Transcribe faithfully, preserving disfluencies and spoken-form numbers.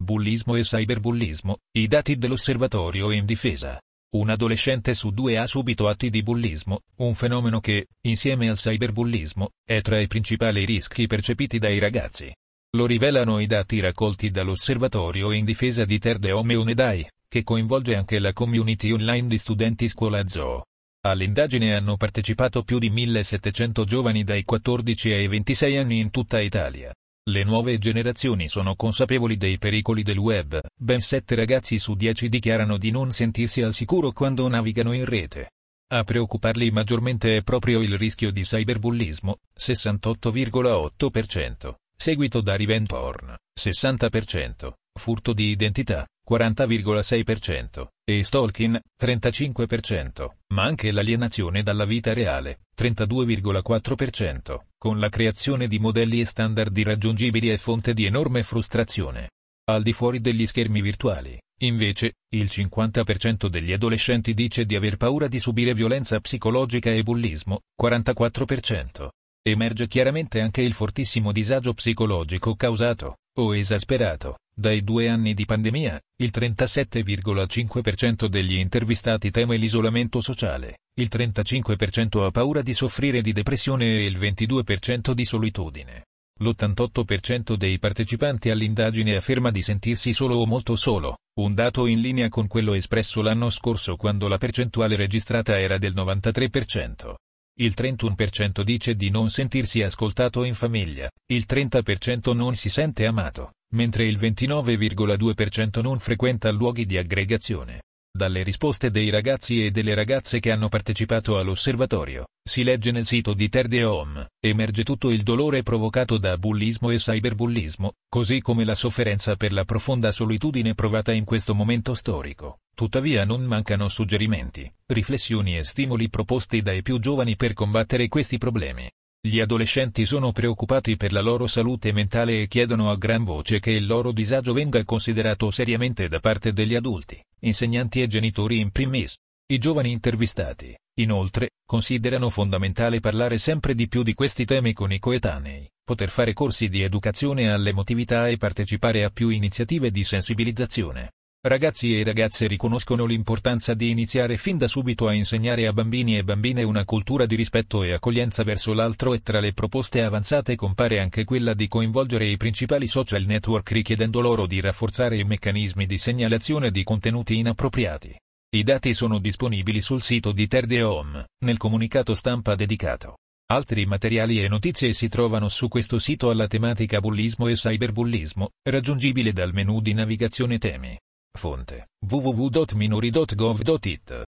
bullismo e cyberbullismo, i dati dell'Osservatorio in difesa. Un adolescente su due ha subito atti di bullismo, un fenomeno che, insieme al cyberbullismo, è tra i principali rischi percepiti dai ragazzi. Lo rivelano i dati raccolti dall'Osservatorio in difesa di Terre Home Unedai, che coinvolge anche la community online di studenti Scuola Zoo. All'indagine hanno partecipato più di millesettecento giovani dai quattordici ai ventisei anni in tutta Italia. Le nuove generazioni sono consapevoli dei pericoli del web, ben sette ragazzi su dieci dichiarano di non sentirsi al sicuro quando navigano in rete. A preoccuparli maggiormente è proprio il rischio di cyberbullismo, sessantotto virgola otto per cento, seguito da revenge porn, sessanta per cento, furto di identità, quaranta virgola sei per cento, e stalking, trentacinque per cento, ma anche l'alienazione dalla vita reale, trentadue virgola quattro per cento, con la creazione di modelli e standard irraggiungibili è fonte di enorme frustrazione. Al di fuori degli schermi virtuali, invece, il cinquanta per cento degli adolescenti dice di aver paura di subire violenza psicologica e bullismo, quarantaquattro per cento. Emerge chiaramente anche il fortissimo disagio psicologico causato, o esasperato, dai due anni di pandemia. Il trentasette virgola cinque per cento degli intervistati teme l'isolamento sociale, il trentacinque per cento ha paura di soffrire di depressione e il ventidue per cento di solitudine. L'ottantotto per cento dei partecipanti all'indagine afferma di sentirsi solo o molto solo, un dato in linea con quello espresso l'anno scorso quando la percentuale registrata era del novantatré per cento. Il trentuno per cento dice di non sentirsi ascoltato in famiglia, il trenta per cento non si sente amato, mentre il ventinove virgola due per cento non frequenta luoghi di aggregazione. Dalle risposte dei ragazzi e delle ragazze che hanno partecipato all'osservatorio, si legge nel sito di Terre Home, emerge tutto il dolore provocato da bullismo e cyberbullismo, così come la sofferenza per la profonda solitudine provata in questo momento storico. Tuttavia non mancano suggerimenti, riflessioni e stimoli proposti dai più giovani per combattere questi problemi. Gli adolescenti sono preoccupati per la loro salute mentale e chiedono a gran voce che il loro disagio venga considerato seriamente da parte degli adulti, insegnanti e genitori in primis. I giovani intervistati, inoltre, considerano fondamentale parlare sempre di più di questi temi con i coetanei, poter fare corsi di educazione all'emotività e partecipare a più iniziative di sensibilizzazione. Ragazzi e ragazze riconoscono l'importanza di iniziare fin da subito a insegnare a bambini e bambine una cultura di rispetto e accoglienza verso l'altro e tra le proposte avanzate compare anche quella di coinvolgere i principali social network richiedendo loro di rafforzare i meccanismi di segnalazione di contenuti inappropriati. I dati sono disponibili sul sito di Terre Home, nel comunicato stampa dedicato. Altri materiali e notizie si trovano su questo sito alla tematica bullismo e cyberbullismo, raggiungibile dal menu di navigazione temi. Fonte: w w w punto minori punto gov punto it